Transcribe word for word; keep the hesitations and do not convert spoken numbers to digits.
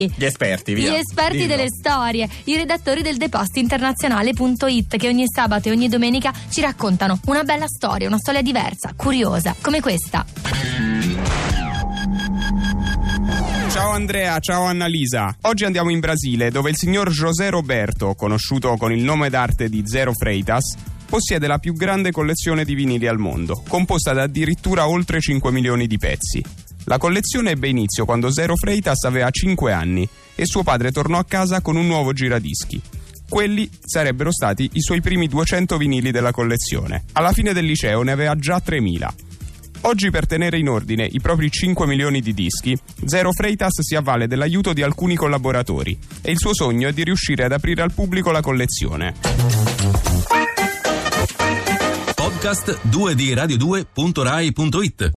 Gli esperti, via. Gli esperti Dillo. delle storie, i redattori del deposto internazionale punto it, che ogni sabato e ogni domenica ci raccontano una bella storia, una storia diversa, curiosa, come questa. Ciao Andrea, ciao Annalisa. Oggi andiamo in Brasile, dove il signor José Roberto, conosciuto con il nome d'arte di Zero Freitas, possiede la più grande collezione di vinili al mondo, composta da addirittura oltre cinque milioni di pezzi. La collezione ebbe inizio quando Zero Freitas aveva cinque anni e suo padre tornò a casa con un nuovo giradischi. Quelli sarebbero stati i suoi primi duecento vinili della collezione. Alla fine del liceo ne aveva già tremila. Oggi, per tenere in ordine i propri cinque milioni di dischi, Zero Freitas si avvale dell'aiuto di alcuni collaboratori e il suo sogno è di riuscire ad aprire al pubblico la collezione. Podcast due di radio due punto rai punto it